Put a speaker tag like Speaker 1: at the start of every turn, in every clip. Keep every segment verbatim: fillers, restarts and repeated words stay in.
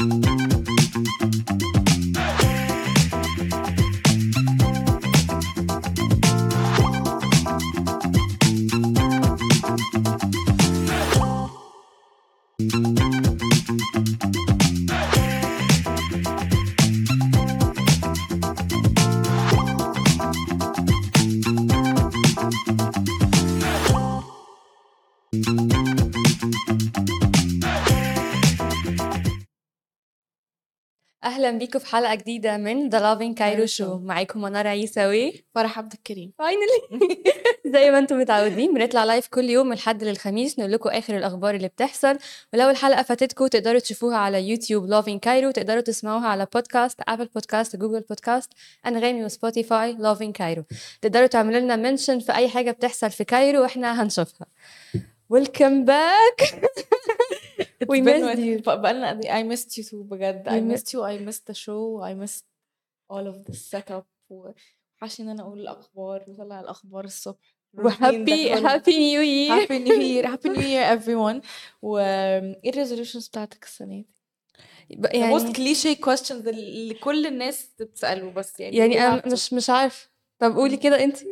Speaker 1: اهلا بيكم في حلقه جديده من The Loving Cairo Show. معاكم منار عيساوي
Speaker 2: فرح عبد الكريم.
Speaker 1: فاينلي زي ما انتم متعودين بنطلع لايف كل يوم من الحد للخميس نقول لكم اخر الاخبار اللي بتحصل، ولو الحلقه فاتتكم تقدروا تشوفوها على يوتيوب Loving Cairo، تقدروا تسمعوها على بودكاست ابل بودكاست جوجل بودكاست انغامي وسبوتيفاي Loving Cairo. تقدروا تعملوا لنا منشن في اي حاجه بتحصل في كايرو واحنا هنشوفها. Welcome back. We missed you.
Speaker 2: بقالنا I missed you too بجد. I
Speaker 1: We
Speaker 2: missed you. I missed the show. I missed all of the setup. وحاشي ان انا اقول الاخبار وطلع الاخبار الصبح.
Speaker 1: وهابي هابي نيو يير.
Speaker 2: Happy New Year. Happy New Year everyone. و ايه الريزولوشنز بتاعتك السنه دي؟
Speaker 1: يعني
Speaker 2: most cliché questions اللي كل الناس بتساله، بس يعني
Speaker 1: يعني
Speaker 2: إيه
Speaker 1: انا
Speaker 2: عبته؟
Speaker 1: مش مش عارف. طب قولي كده انت.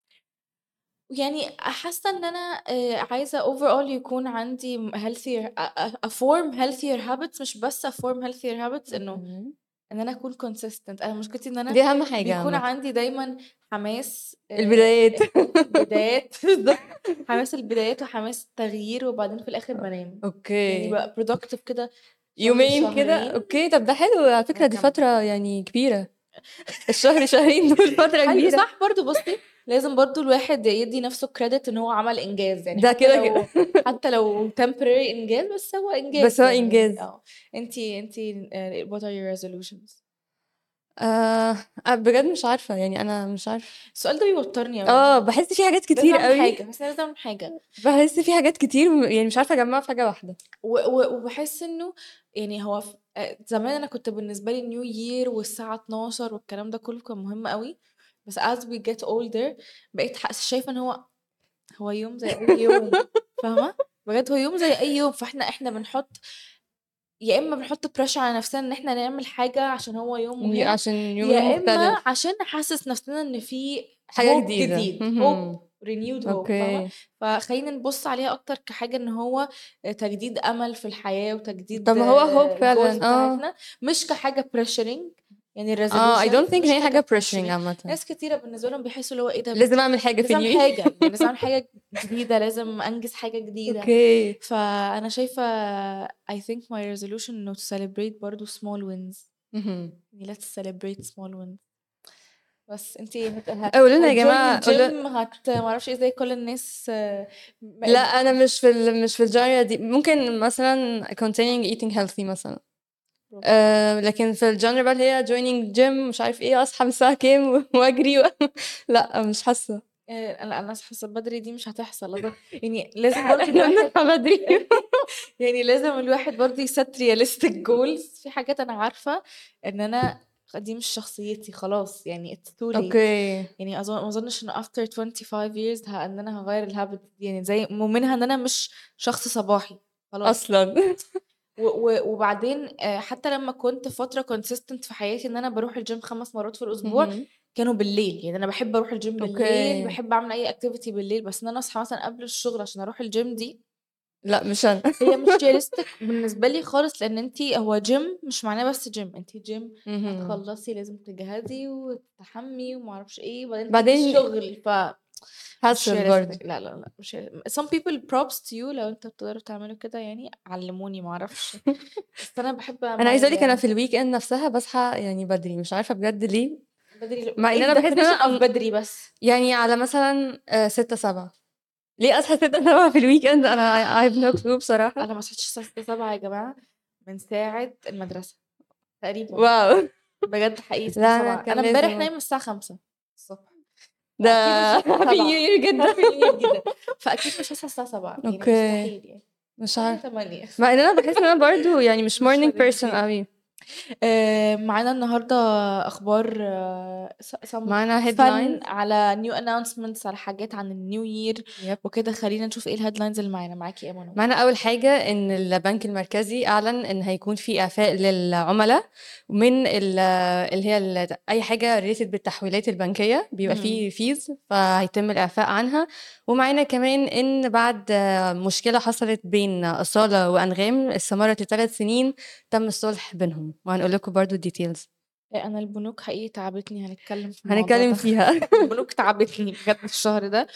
Speaker 2: يعني حاسه ان انا آه، عايزه overall يكون عندي healthier a, a form healthier habits، مش بس a form healthier habits، انه ان انا اكون consistent. انا مشكلتي ان انا
Speaker 1: دي اهم حاجه
Speaker 2: بيكون
Speaker 1: عامة.
Speaker 2: عندي دايما حماس آه،
Speaker 1: البدايات
Speaker 2: بدايات حماس البدايات وحماس التغيير، وبعدين في الاخر بنام. يعني
Speaker 1: اوكي
Speaker 2: بقى productive كده شهر
Speaker 1: يومين كده.
Speaker 2: شهرين.
Speaker 1: اوكي طب ده حلو على فكره، دي
Speaker 2: وأكمل.
Speaker 1: فتره يعني كبيره. الشهر شهرين دول فتره
Speaker 2: حلو
Speaker 1: كبيره.
Speaker 2: صح. برضو بصي لازم برضو الواحد يدي نفسه كريدت ان هو عمل انجاز، يعني
Speaker 1: ده
Speaker 2: حتى
Speaker 1: كده
Speaker 2: لو
Speaker 1: كده.
Speaker 2: حتى لو temporary انجاز، بس هو انجاز.
Speaker 1: بس هو
Speaker 2: يعني
Speaker 1: انجاز.
Speaker 2: اه انتي انتي آه، what are your resolutions؟
Speaker 1: آه آه، بجد مش عارفه، يعني انا مش عارفه.
Speaker 2: السؤال ده بيوترني قوي.
Speaker 1: اه بحس في حاجات
Speaker 2: لازم
Speaker 1: كتير
Speaker 2: اعمل
Speaker 1: قوي.
Speaker 2: حاجه، بس لازم اعمل حاجه.
Speaker 1: بحس في حاجات كتير م- يعني مش عارفه اجمعها في حاجه واحده.
Speaker 2: و- و- وبحس انه يعني هو ف- آه، زمان انا كنت بالنسبه لي نيو يير والساعه اتناشر والكلام ده كله كان مهم قوي، بس as we get older بقيت حاسه شايفه ان هو هو يوم زي اي يوم. فاهمه؟ بجد هو يوم زي اي يوم. فاحنا احنا بنحط، يا اما بنحط بريشر على نفسنا ان احنا نعمل حاجه عشان هو يوم
Speaker 1: ي-
Speaker 2: مهم،
Speaker 1: عشان يوم
Speaker 2: يا اما
Speaker 1: مختلف.
Speaker 2: عشان نحسس نفسنا ان في
Speaker 1: حاجه
Speaker 2: hope
Speaker 1: جديده.
Speaker 2: جديد،
Speaker 1: مهم.
Speaker 2: hope renewed hope. فاهمه؟
Speaker 1: اوكي
Speaker 2: فخلينا نبص عليها اكتر كحاجه ان هو تجديد امل في الحياه وتجديد
Speaker 1: طب ما هو هوب
Speaker 2: الجولز
Speaker 1: فعلا. اه
Speaker 2: بتاعتنا، مش كحاجه pressuring. يعني
Speaker 1: اه I don't
Speaker 2: الريزولوشنز
Speaker 1: think ان
Speaker 2: مش
Speaker 1: هي حاجه
Speaker 2: حاجه
Speaker 1: pressuring
Speaker 2: pressuring.
Speaker 1: عامه.
Speaker 2: ناس كتيره بالنسبه لهم بيحسوا اللي هو ايه ده،
Speaker 1: لازم اعمل حاجه في
Speaker 2: لازم اعمل
Speaker 1: اليوم.
Speaker 2: حاجه، يعني لازم اعمل حاجه جديده، لازم انجز حاجه جديده.
Speaker 1: اوكي
Speaker 2: فانا شايفه I think my resolution انه to celebrate برضو small wins.
Speaker 1: مهم.
Speaker 2: يعني let's celebrate small wins. بس انتي هت...
Speaker 1: قولوا لنا يا
Speaker 2: هتجويني
Speaker 1: جماعه قولوا.
Speaker 2: الجيم، هت معرفش ايه زي كل الناس آه، م-
Speaker 1: لا انا مش في ال... مش في الجارية دي. ممكن مثلا continuing eating healthy مثلا. أه لكن في الجانر بقى اللي هي joining gym مش عارف ايه، اصحى من الساعه كام واجري و... لا مش حاسه.
Speaker 2: آه، انا انا حاسه بدري دي مش هتحصل أظن. يعني لازم برضو
Speaker 1: احنا
Speaker 2: الواحد
Speaker 1: بنصحى بدري.
Speaker 2: يعني لازم الواحد برضو يست realistic goals. في حاجات انا عارفه ان انا دي مش شخصيتي خلاص، يعني it's too late.
Speaker 1: اوكي
Speaker 2: يعني اظن ما اظنش ان after twenty-five years ه- ان انا هغير الهابت دي، يعني زي ومنها ان انا مش شخص صباحي خلاص.
Speaker 1: اصلا.
Speaker 2: و- و- وبعدين آه، حتى لما كنت فترة consistent في حياتي ان انا بروح الجيم خمس مرات في الاسبوع،
Speaker 1: مهم.
Speaker 2: كانوا بالليل. يعني انا بحب اروح الجيم بالليل،
Speaker 1: اوكي
Speaker 2: بحب اعمل اي اكتيفيتي بالليل، بس ان انا اصحى مثلا قبل الشغل عشان اروح الجيم دي
Speaker 1: لا مش انا.
Speaker 2: هي مش رياليستيك بالنسبة لي خالص. لان انتي هو جيم مش معناه بس جيم، انتي جيم
Speaker 1: مهم.
Speaker 2: هتخلصي لازم تجهزي وتحمي ومعرفش ايه، وبعدين تيجي
Speaker 1: بعدين
Speaker 2: الشغل. ف مش
Speaker 1: حاسه برضه.
Speaker 2: realistic. لا لا لا مش realistic. some people props to you لو انت بتقدروا تعملوا كده، يعني علموني معرفش. بس انا بحب
Speaker 1: انا عايزه اقول لك انا
Speaker 2: my
Speaker 1: في الويك اند نفسها بصحى يعني بدري، مش عارفه بجد ليه.
Speaker 2: بدري.
Speaker 1: مع ان
Speaker 2: ايه
Speaker 1: انا بحس ان
Speaker 2: definition of
Speaker 1: انا
Speaker 2: بدري بس؟
Speaker 1: يعني على مثلا آه، ستة سبعة. ليه اصحى ستة سبعة في الويك اند؟ انا I have no clue بصراحه.
Speaker 2: انا ما صحيتش الساعه ستة سبعة يا جماعه من ساعه المدرسه تقريبا.
Speaker 1: واو.
Speaker 2: بجد حقيقي
Speaker 1: لا
Speaker 2: الساعه
Speaker 1: انا
Speaker 2: سبعة.
Speaker 1: كان
Speaker 2: انا امبارح
Speaker 1: لازم
Speaker 2: نايمه الساعه خمسة الصبح،
Speaker 1: ده.
Speaker 2: فاكيد مش هصحى
Speaker 1: هابي نيو
Speaker 2: سبعة.
Speaker 1: يير جدا.
Speaker 2: هابي نيو يير جدا. فاكيد مش هصحى الساعه سبعة، يعني
Speaker 1: اوكي
Speaker 2: مستحيل. يعني
Speaker 1: مش
Speaker 2: ثمانية
Speaker 1: عارفه.
Speaker 2: ثمانية
Speaker 1: مع ان انا بحس ان انا برضو يعني مش
Speaker 2: مش
Speaker 1: morning person
Speaker 2: مدينتين.
Speaker 1: قوي.
Speaker 2: آآ معانا النهارده أخبار آه، س some
Speaker 1: معانا
Speaker 2: fun
Speaker 1: headlines.
Speaker 2: على new announcements على حاجات عن الnew year
Speaker 1: يب.
Speaker 2: وكده. خلّينا نشوف إيه الheadlines اللي معانا. معاكِ إيه يا منى؟
Speaker 1: معانا أول حاجة إن البنك المركزي أعلن إن هيكون في إعفاء للعملاء من ال اللي هي ال أي حاجة related بالتحويلات البنكية بيبقى
Speaker 2: إمم.
Speaker 1: في fees فهيتم الإعفاء عنها. ومعانا كمان إن بعد مشكلة حصلت بين أصالة وأنغام استمرت لثلاث سنين تم الصلح بينهم، وهنقول لكم برضو الديتيلز.
Speaker 2: آآ أنا البنوك حقيقي تعبتني، هنتكلم في الموضوع
Speaker 1: هنتكلم
Speaker 2: ده.
Speaker 1: فيها.
Speaker 2: البنوك تعبتني بجد الشهر ده.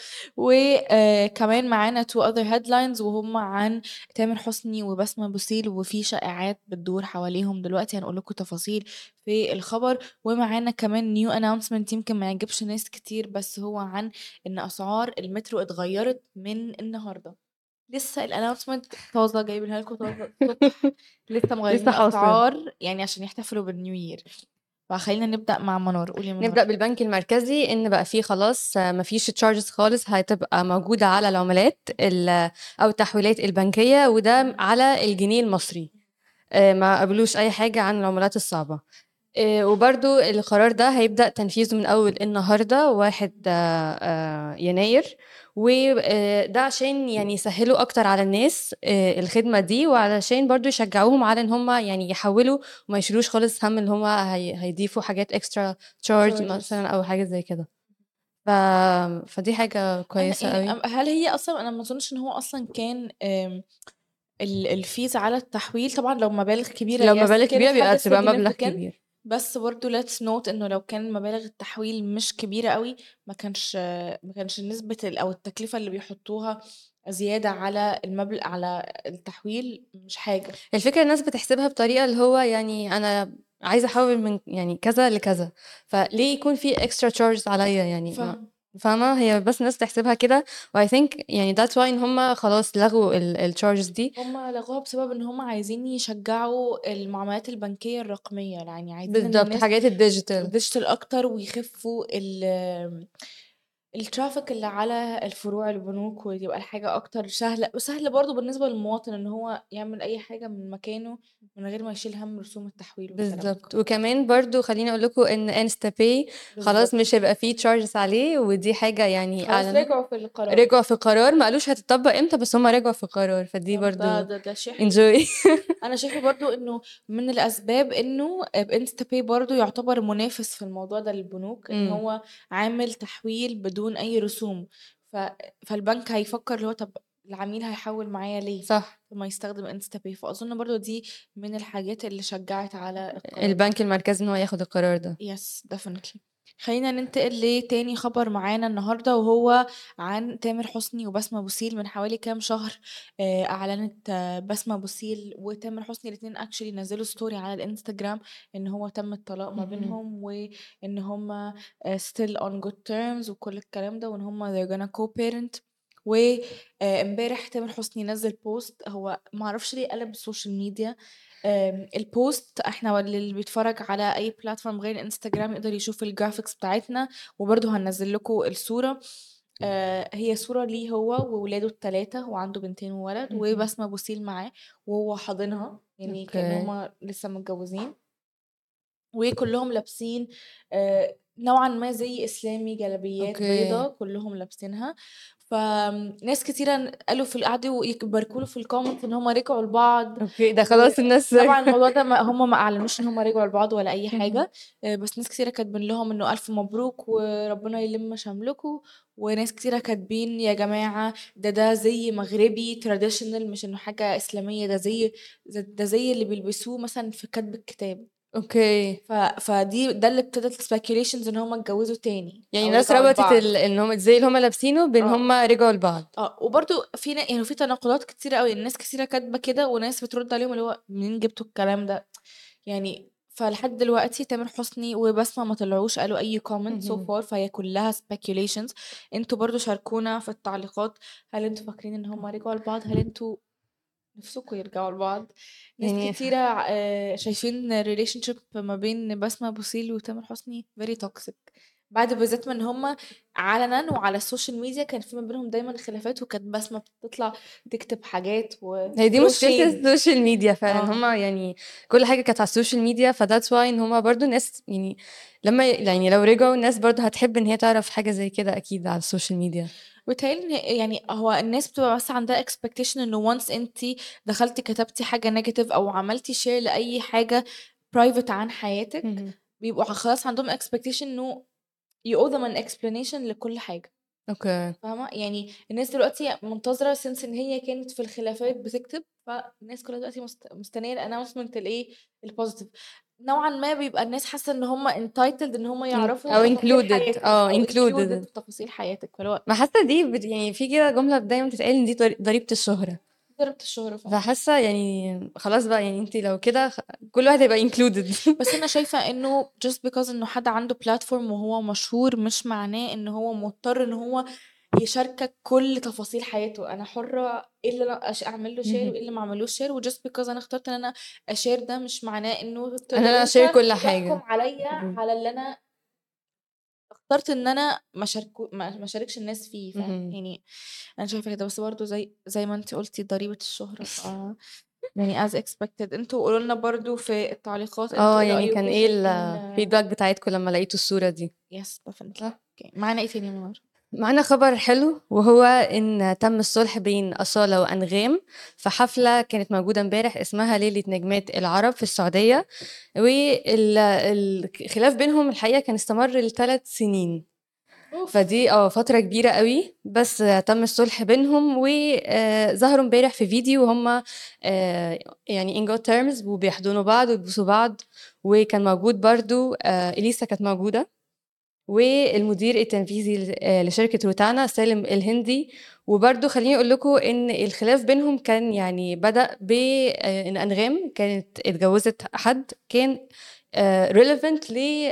Speaker 2: وآآ كمان معانا two other headlines وهُم عن تامر حسني وبسمة بوسيل، وفي شائعات بتدور حواليهم دلوقتي هنقول لكم تفاصيل في الخبر. ومعانا كمان new announcement يمكن ما يعجبش ناس كتير، بس هو عن إن أسعار المترو اتغيّرت من النهارده. لسه الannouncement طازة جايبينها لكم طازة الصبح، لسه مغيّرين
Speaker 1: لسه حاصل.
Speaker 2: الأسعار يعني عشان يحتفلوا بالnew year. فخلّينا نبدأ مع منار. قولي يا منار.
Speaker 1: نبدأ بالبنك المركزي إن بقى فيه خلاص ما فيش charges خالص هتبقى موجودة على العملات ال- أو التحويلات البنكية، وده على الجنيه المصري. آه، ما قبلوش أي حاجة عن العملات الصعبة. آه، وبرضو القرار ده هيبدأ تنفيذه من أول النهاردة واحد آه، آه، يناير. وده عشان يعني يسهلوا أكتر على الناس آه، الخدمة دي، وعلشان برضو يشجعوهم على إن هم يعني يحولوا وما يشيلوش خالص هم إن هم هي- هيضيفوا حاجات extra charge مثلا
Speaker 2: charges.
Speaker 1: أو حاجة زي كده. ف... فدي حاجة
Speaker 2: أنا
Speaker 1: كويسة
Speaker 2: يعني
Speaker 1: قوي.
Speaker 2: أم هل هي أصلًا أنا ما أظنش إن هو أصلًا كان آمم ال الfees على التحويل طبعًا لو مبالغ كبيرة
Speaker 1: لو
Speaker 2: yes
Speaker 1: مبالغ كبيرة
Speaker 2: كانت
Speaker 1: بيبقى
Speaker 2: حاجة
Speaker 1: تبقى مبلغ
Speaker 2: significant.
Speaker 1: كبير.
Speaker 2: بس برضه let's note إنه لو كان مبالغ التحويل مش كبيرة أوي ما كانش ما كانش نسبة ال أو التكلفة اللي بيحطوها زيادة على المبل على التحويل مش حاجة.
Speaker 1: الفكرة الناس بتحسبها بطريقة اللي هو يعني أنا عايزة أحول من يعني كذا لكذا، فليه يكون في extra charges عليا يعني ما-
Speaker 2: فاهمة.
Speaker 1: فاهمة؟ هي بس الناس تحسبها كده، و I think يعني that's why إن هما خلاص لغوا ال ال charges دي.
Speaker 2: هم لغوها بسبب إن هم عايزين يشجعوا المعاملات البنكية الرقمية، يعني عايزين إن
Speaker 1: بالضبط،
Speaker 2: الناس
Speaker 1: حاجات الdigital.
Speaker 2: digital أكتر ويخفوا ال الtraffic اللي على الفروع البنوك، ويبقى الحاجة أكتر سهلة وسهل برضه بالنسبة للمواطن إن هو يعمل أي حاجة من مكانه من غير ما يشيل هَم رسوم التحويل والكلام ده.
Speaker 1: بالضبط، وكمان برضه خلّيني أقول لكم إن InstaPay خلاص
Speaker 2: بالضبط.
Speaker 1: مش هيبقى في charges عليه، ودي حاجة يعني
Speaker 2: خلاص
Speaker 1: أعلنوا
Speaker 2: رجعوا في القرار.
Speaker 1: رجعوا في قرار، ما قالوش هتطبّق إمتى بس هُم رجعوا في قرار، فدي
Speaker 2: طب ده
Speaker 1: برضه
Speaker 2: ده ده شيء حلو
Speaker 1: enjoy.
Speaker 2: جدًا. أنا شايفة برضه إنه من الأسباب إنه بInstaPay برضه يعتبر منافس في الموضوع ده للبنوك، إن
Speaker 1: إمم.
Speaker 2: هو عامل تحويل بدون أي رسوم. ف فالبنك هيفكر اللي هو طب العميل هيحوّل معايا ليه؟
Speaker 1: صح.
Speaker 2: طب ما يستخدم InstaPay. فأظن برضه دي من الحاجات اللي شجّعت على القرار ده.
Speaker 1: البنك المركزي إن هو ياخد القرار ده.
Speaker 2: yes definitely. خلينا ننتقل لتاني خبر معانا النهارده وهو عن تامر حسني وبسمة بوسيل. من حوالي كام شهر آه، أعلنت آه، بسمة بوسيل وتامر حسني الاتنين actually نزلوا ستوري على الانستجرام إن هو تم الطلاق ما
Speaker 1: اهم.
Speaker 2: بينهم وإن هما آه، still on good terms وكل الكلام ده وإن هما they're gonna co-parent. وامبارح تامر حسني نزل بوست هو معرفش ليه قلب السوشيال ميديا. آمم الpost إحنا واللي بيتفرّج على أي platform غير الإنستجرام يقدر يشوف الgraphics بتاعتنا، وبرضه هننزّل لكم الصورة. آآ هي صورة ليه هو وولاده التلاتة وعنده بنتين وولد،
Speaker 1: اهم.
Speaker 2: وبسمة بوسيل معاه وهو حاضنها، يعني كإن
Speaker 1: أوكي.
Speaker 2: هُم لسه متجوّزين. وكلّهم لابسين آآ نوعًا ما زي إسلامي، جلابيات
Speaker 1: أوكي.
Speaker 2: بيضا كلّهم لابسينها. فآمم ناس كتيرة ن قالوا في ال قعدوا يباركوا له في الcomment إن هُم رجعوا لبعض.
Speaker 1: أوكي، ده خلاص الناس.
Speaker 2: وطبعًا الموضوع ده ما هُم ما أعلنوش إن هُم رجعوا لبعض ولا أي
Speaker 1: اهم.
Speaker 2: حاجة. آآ بس ناس كتيرة كاتبين لهم إنه ألف مبروك وربنا يلِم شملكم. وناس كتيرة كاتبين يا جماعة ده ده زي مغربي traditional مش إنه حاجة إسلامية، ده زي ز ده زي اللي بيلبسوه مثلًا في كَتْب الكتاب.
Speaker 1: أوكي.
Speaker 2: ف فدي ده اللي ابتدت الspeculations إن هُم اتجوزوا تاني
Speaker 1: يعني
Speaker 2: أو
Speaker 1: الناس
Speaker 2: رجعوا
Speaker 1: ربطت
Speaker 2: لبعض.
Speaker 1: ال إن هُم الزي اللي هُم لابسينه بإن
Speaker 2: آه.
Speaker 1: هُم رجعوا لبعض.
Speaker 2: آه، وبرضه في نا يعني في تناقضات كتيرة أوي، الناس كتيرة كاتبة كده وناس بترد عليهم اللي هو منين جبتوا الكلام ده؟ يعني فلحد دلوقتي تامر حسني وبسمة ما طلعوش قالوا أي comment so
Speaker 1: اهم.
Speaker 2: far فهي كلها speculations. أنتم برضه شاركونا في التعليقات، هل أنتم فاكرين إن هُم رجعوا لبعض؟ هل أنتم نفسكم يرجعوا لبعض؟ ناس
Speaker 1: يعني
Speaker 2: كتيرة آآ شايفين relationship ما بين بسمة بوسيل وتامر حسني very toxic. بعد بالذات ما ان هم علنا وعلى السوشيال ميديا كان في ما بينهم دايما خلافات، وكانت بسمة بتطلع تكتب حاجات
Speaker 1: هي دي
Speaker 2: وثرو
Speaker 1: مشكلة
Speaker 2: شيد.
Speaker 1: السوشيال ميديا فعلا،
Speaker 2: اه
Speaker 1: هما يعني كل حاجة كانت على السوشيال ميديا، فذاتس واي ان هما برضو الناس يعني لما يعني لو رجعوا الناس برضو هتحب ان هي تعرف حاجة زي كده اكيد على السوشيال ميديا.
Speaker 2: وبالتالي إن- يعني هو الناس بتبقى بس عندها expectation انه once انتي دخلتي كتبتي حاجة نيجاتيف او عملتي شير لأي حاجة private عن حياتك،
Speaker 1: مهم.
Speaker 2: بيبقوا خلاص عندهم expectation انه you owe them an explanation لكل حاجة.
Speaker 1: اوكي.
Speaker 2: فاهمة؟ يعني الناس دلوقتي منتظرة since ان هي كانت في الخلافات بتكتب، فالناس كلها دلوقتي مست... مستنية الاناونسمنت الايه البوزيتيف. نوعا ما بيبقى الناس حاسة ان هم entitled ان هم يعرفوا
Speaker 1: او
Speaker 2: تفاصيل
Speaker 1: included
Speaker 2: حياتك
Speaker 1: اه
Speaker 2: او included
Speaker 1: included.
Speaker 2: في تفاصيل حياتك، فلو
Speaker 1: ما حاسة دي بت... يعني في كده جملة دايما بتتقال ان دي ضري- ضريبة الشهرة.
Speaker 2: ضربة الشهرة فعلا.
Speaker 1: فحاسة يعني خلاص بقى، يعني انت لو كده خ- كل واحد هيبقى included.
Speaker 2: بس انا شايفة انه just because انه حد عنده platform وهو مشهور مش معناه ان هو مضطر ان هو يشاركك كل تفاصيل حياته. انا حرة ايه اللي انا أش- اعمل له شير
Speaker 1: مهم.
Speaker 2: وايه اللي ما اعملوش شير، و just because انا اخترت ان انا اشير ده مش معناه انه
Speaker 1: انا
Speaker 2: تقدر
Speaker 1: انا
Speaker 2: انت
Speaker 1: شير كل
Speaker 2: تحكم
Speaker 1: حاجة.
Speaker 2: عليا
Speaker 1: مهم.
Speaker 2: على اللي انا اخترت ان انا ما شاركو ما ما شاركش الناس فيه. فاهم
Speaker 1: مهم.
Speaker 2: يعني؟ انا شايفة كده. بس برضه زي زي ما انت قلتي ضريبة الشهرة. ف يعني as expected. انتوا قولوا لنا برضو في التعليقات انتوا
Speaker 1: اه
Speaker 2: ايه
Speaker 1: يعني كان
Speaker 2: رأيكم
Speaker 1: ايه
Speaker 2: شايفين.
Speaker 1: الفيدباك بتاعتكم لما لقيتوا الصورة دي؟
Speaker 2: يس definitely.
Speaker 1: صح.
Speaker 2: اوكي معانا ايه تاني يا منار؟
Speaker 1: معانا خبر حلو، وهو ان تم الصلح بين أصالة وأنغام في حفلة كانت موجودة امبارح اسمها ليلة نجمات العرب في السعودية. والخلاف بينهم الحقيقة كان استمر لثلاث سنين،
Speaker 2: اوف.
Speaker 1: فدي اه فترة كبيرة قوي. بس آه، تم الصلح بينهم، وظهروا امبارح في فيديو وهم آه، يعني in good terms وبيحضنوا بعض ويبوسوا بعض. وكان موجود برضو آه، إليسا كانت موجودة، والمدير التنفيذي ل- آه، لشركة روتانا سالم الهندي. وبرضو خليني أقول لكم إن الخلاف بينهم كان يعني بدأ بإن أنغام كانت اتجوزت حد كان آه، relevant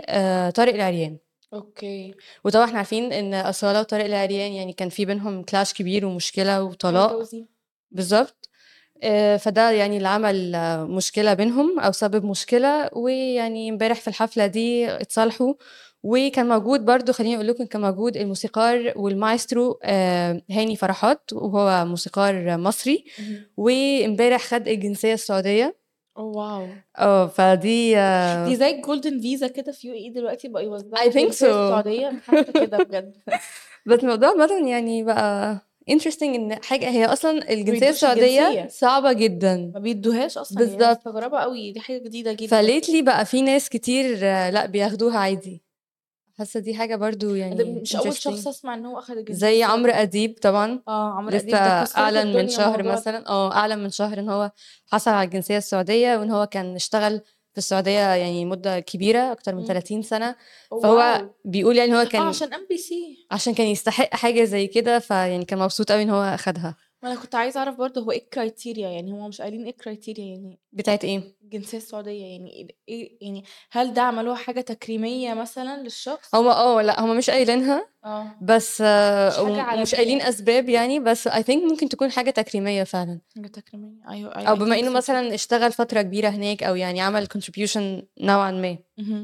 Speaker 1: لطارق العريان.
Speaker 2: اوكي.
Speaker 1: وطبعا احنا عارفين ان أصالة وطارق العريان يعني كان في بينهم كلاش كبير ومشكلة
Speaker 2: كانوا
Speaker 1: وطلاق.
Speaker 2: متجوزين.
Speaker 1: بالظبط. آه، فده يعني اللي عمل آه، مشكلة بينهم أو سبب مشكلة. ويعني امبارح في الحفلة دي اتصالحوا. وكان موجود برضو خليني أقول لكم كان موجود الموسيقار والمايسترو آه، هاني فرحات، وهو موسيقار مصري.
Speaker 2: مهم.
Speaker 1: وامبارح خد الجنسية السعودية.
Speaker 2: اوه واو.
Speaker 1: اه فدي آه،
Speaker 2: دي زي الجولدن فيزا كده في يو اي دلوقتي بقى يوزعوا
Speaker 1: I think
Speaker 2: الجنسية
Speaker 1: so.
Speaker 2: السعودية. حاسة كده بجد.
Speaker 1: بس الموضوع مثلا يعني بقى interesting ان حاجة هي اصلا
Speaker 2: ما
Speaker 1: الجنسية
Speaker 2: بيدوش
Speaker 1: السعودية
Speaker 2: الجنسية.
Speaker 1: صعبة جدا.
Speaker 2: ما بيدوهاش اصلا. يعني انا
Speaker 1: بالظبط.
Speaker 2: مستغربة قوي، دي حاجة جديدة جدا.
Speaker 1: فليتلي بقى في ناس كتير آه، لا بياخدوها عادي. حاسة دي حاجة برضو
Speaker 2: ده
Speaker 1: يعني
Speaker 2: مش اول
Speaker 1: interesting.
Speaker 2: شخص اسمع ان هو اخد الجنسية
Speaker 1: زي عمرو
Speaker 2: السعودية.
Speaker 1: أديب طبعا،
Speaker 2: اه عمرو
Speaker 1: لسه
Speaker 2: اديب ده كسرت
Speaker 1: أعلن من
Speaker 2: الدنيا
Speaker 1: شهر
Speaker 2: الموضوع ده.
Speaker 1: مثلا اه أعلن من شهر إن هو حصل على الجنسية السعودية، وإن هو كان اشتغل في السعودية يعني مدة كبيرة أكتر من
Speaker 2: مم.
Speaker 1: ثلاثين سنة.
Speaker 2: أوه،
Speaker 1: فهو
Speaker 2: واو.
Speaker 1: بيقول يعني هو
Speaker 2: اه
Speaker 1: كان
Speaker 2: عشان ام بي سي.
Speaker 1: عشان كان يستحق حاجة زي كده، فيعني كان مبسوط قوي إن هو أخدها.
Speaker 2: ما انا كنت عايزه اعرف برضه هو ايه الكرايتيريا، يعني هو مش قايلين ايه الكرايتيريا يعني
Speaker 1: بتاعت إيه؟
Speaker 2: الجنسيه السعوديه يعني ايه إيه- يعني هل ده عملوها حاجه تكريميه مثلا للشخص؟
Speaker 1: هما اه لا هما مش قايلينها.
Speaker 2: اه
Speaker 1: بس
Speaker 2: مش
Speaker 1: آه،
Speaker 2: حاجه
Speaker 1: ومش
Speaker 2: عالميه
Speaker 1: قايلين
Speaker 2: يعني.
Speaker 1: أسباب يعني، بس I think ممكن تكون حاجة تكريمية فعلا.
Speaker 2: حاجه تكريميه ايوه اي
Speaker 1: او
Speaker 2: اي
Speaker 1: بما
Speaker 2: ثينك
Speaker 1: انه
Speaker 2: سو.
Speaker 1: مثلا اشتغل فترة كبيرة هناك او يعني عمل contribution نوعا ما.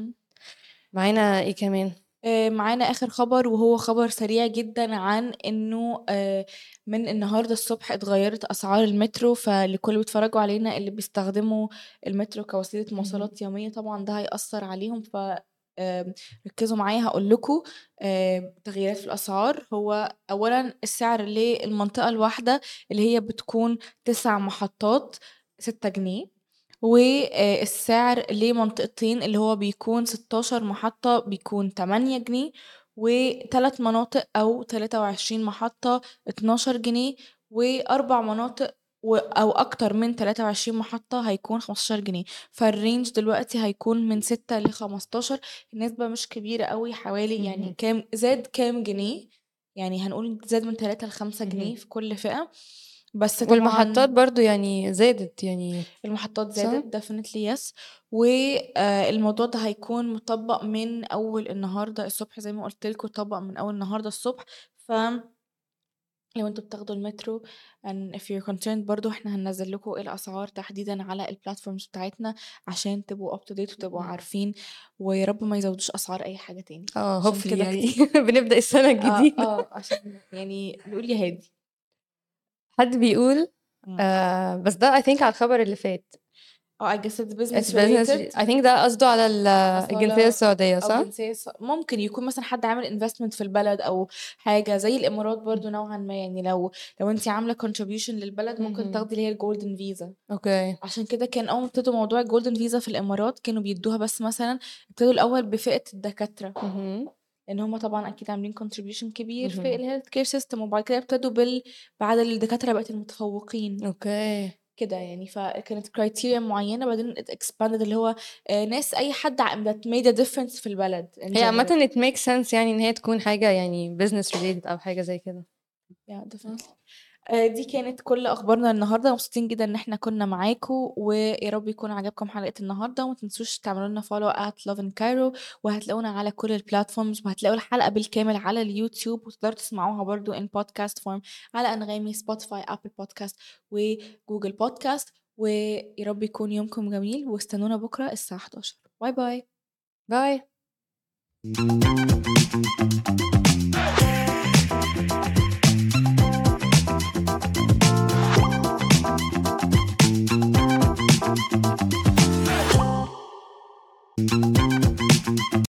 Speaker 1: معانا ايه كمان؟
Speaker 2: معانا اخر خبر، وهو خبر سريع جدا عن انه آه، من النهارده الصبح اتغيرت اسعار المترو. فلكل اللي بيتفرجوا علينا اللي بيستخدموا المترو كوسيله مواصلات يوميه طبعا ده هيأثر عليهم. ف آم، ركزوا معايا هقول لكم تغييرات في الاسعار. هو اولا السعر للمنطقه الواحده اللي هي بتكون تسع محطات ستة جنيه، والسعر لمنطقتين اللي هو بيكون ستاشر محطة بيكون تمانية جنيه، وثلاث مناطق أو تلاتة وعشرين محطة اتناشر جنيه، وأربع مناطق و- أو أكتر من تلاتة وعشرين محطة هيكون خمستاشر جنيه. فالرينج دلوقتي هيكون من ستة لخمستاشر. النسبة مش كبيرة قوي، حوالي يعني
Speaker 1: مهم.
Speaker 2: كام زاد كام جنيه، يعني هنقول زاد من تلاتة لخمسة
Speaker 1: مهم.
Speaker 2: جنيه في كل فئة. بس
Speaker 1: والمحطات
Speaker 2: طبعا
Speaker 1: برضو يعني زادت يعني.
Speaker 2: المحطات
Speaker 1: صح.
Speaker 2: زادت definitely yes. والموضوع ده هيكون مطبق من اول النهارده الصبح زي ما قلت لكم، طبق من اول النهارده الصبح. ف لو انتوا بتاخدوا المترو and if you're concerned برضو احنا هننزل لكم الاسعار تحديدا على البلاتفورمز بتاعتنا عشان تبقوا up to date وتبقوا
Speaker 1: مهم.
Speaker 2: عارفين، ويا رب ما يزودوش اسعار اي حاجة تاني
Speaker 1: اه
Speaker 2: عشان
Speaker 1: hopefully
Speaker 2: كده
Speaker 1: يعني
Speaker 2: كتير.
Speaker 1: بنبدأ السنة
Speaker 2: اه
Speaker 1: الجديدة.
Speaker 2: اه عشان يعني نقول يا هادي.
Speaker 1: حد بيقول
Speaker 2: مم.
Speaker 1: آه بس ده I think على الخبر اللي فات
Speaker 2: اه I guess it's
Speaker 1: it's
Speaker 2: business
Speaker 1: business
Speaker 2: related.
Speaker 1: I think ده قصده على ال- الجنسية
Speaker 2: أصالة
Speaker 1: السعودية
Speaker 2: أو
Speaker 1: صح؟
Speaker 2: جنسية ص- ممكن يكون مثلا حد عامل investment في البلد أو حاجة زي الإمارات برضو نوعا ما، يعني لو لو انتي عاملة contribution للبلد ممكن
Speaker 1: مهم.
Speaker 2: تاخدي اللي هي الجولدن فيزا.
Speaker 1: اوكي
Speaker 2: عشان كده كان أول ما ابتدوا موضوع الجولدن فيزا في الإمارات كانوا بيدوها، بس مثلا ابتدوا الأول بفئة الدكاترة
Speaker 1: مهم.
Speaker 2: لأن هم طبعا أكيد عاملين contribution كبير في
Speaker 1: مهم.
Speaker 2: الهيلث كير سيستم، وبعد كده ابتدوا بال بعد الدكاترة بقت المتفوقين
Speaker 1: اوكي
Speaker 2: كده يعني. فكانت كرايتيريا معينة بعدين it expanded اللي هو آه، ناس أي حد ع- that made a difference في البلد in
Speaker 1: هي عامة
Speaker 2: general.
Speaker 1: it makes sense يعني ان هي تكون حاجة يعني business related او حاجة زي كده.
Speaker 2: yeah definitely. آه، دي كانت كل اخبارنا النهارده، مبسوطين جدا ان احنا كنا معاكم، ويا رب يكون عجبكم حلقه النهارده، وما تنسوش تعملوا لنا فولو at love in cairo، وهتلاقونا على كل البلاتفورمز، وهتلاقوا الحلقه بالكامل على اليوتيوب، وتقدروا تسمعوها برضو in podcast form على انغامي سبوتيفاي ابل بودكاست وجوجل بودكاست. ويا رب يكون يومكم جميل، واستنونا بكره الساعه حداشر. باي باي.
Speaker 1: باي.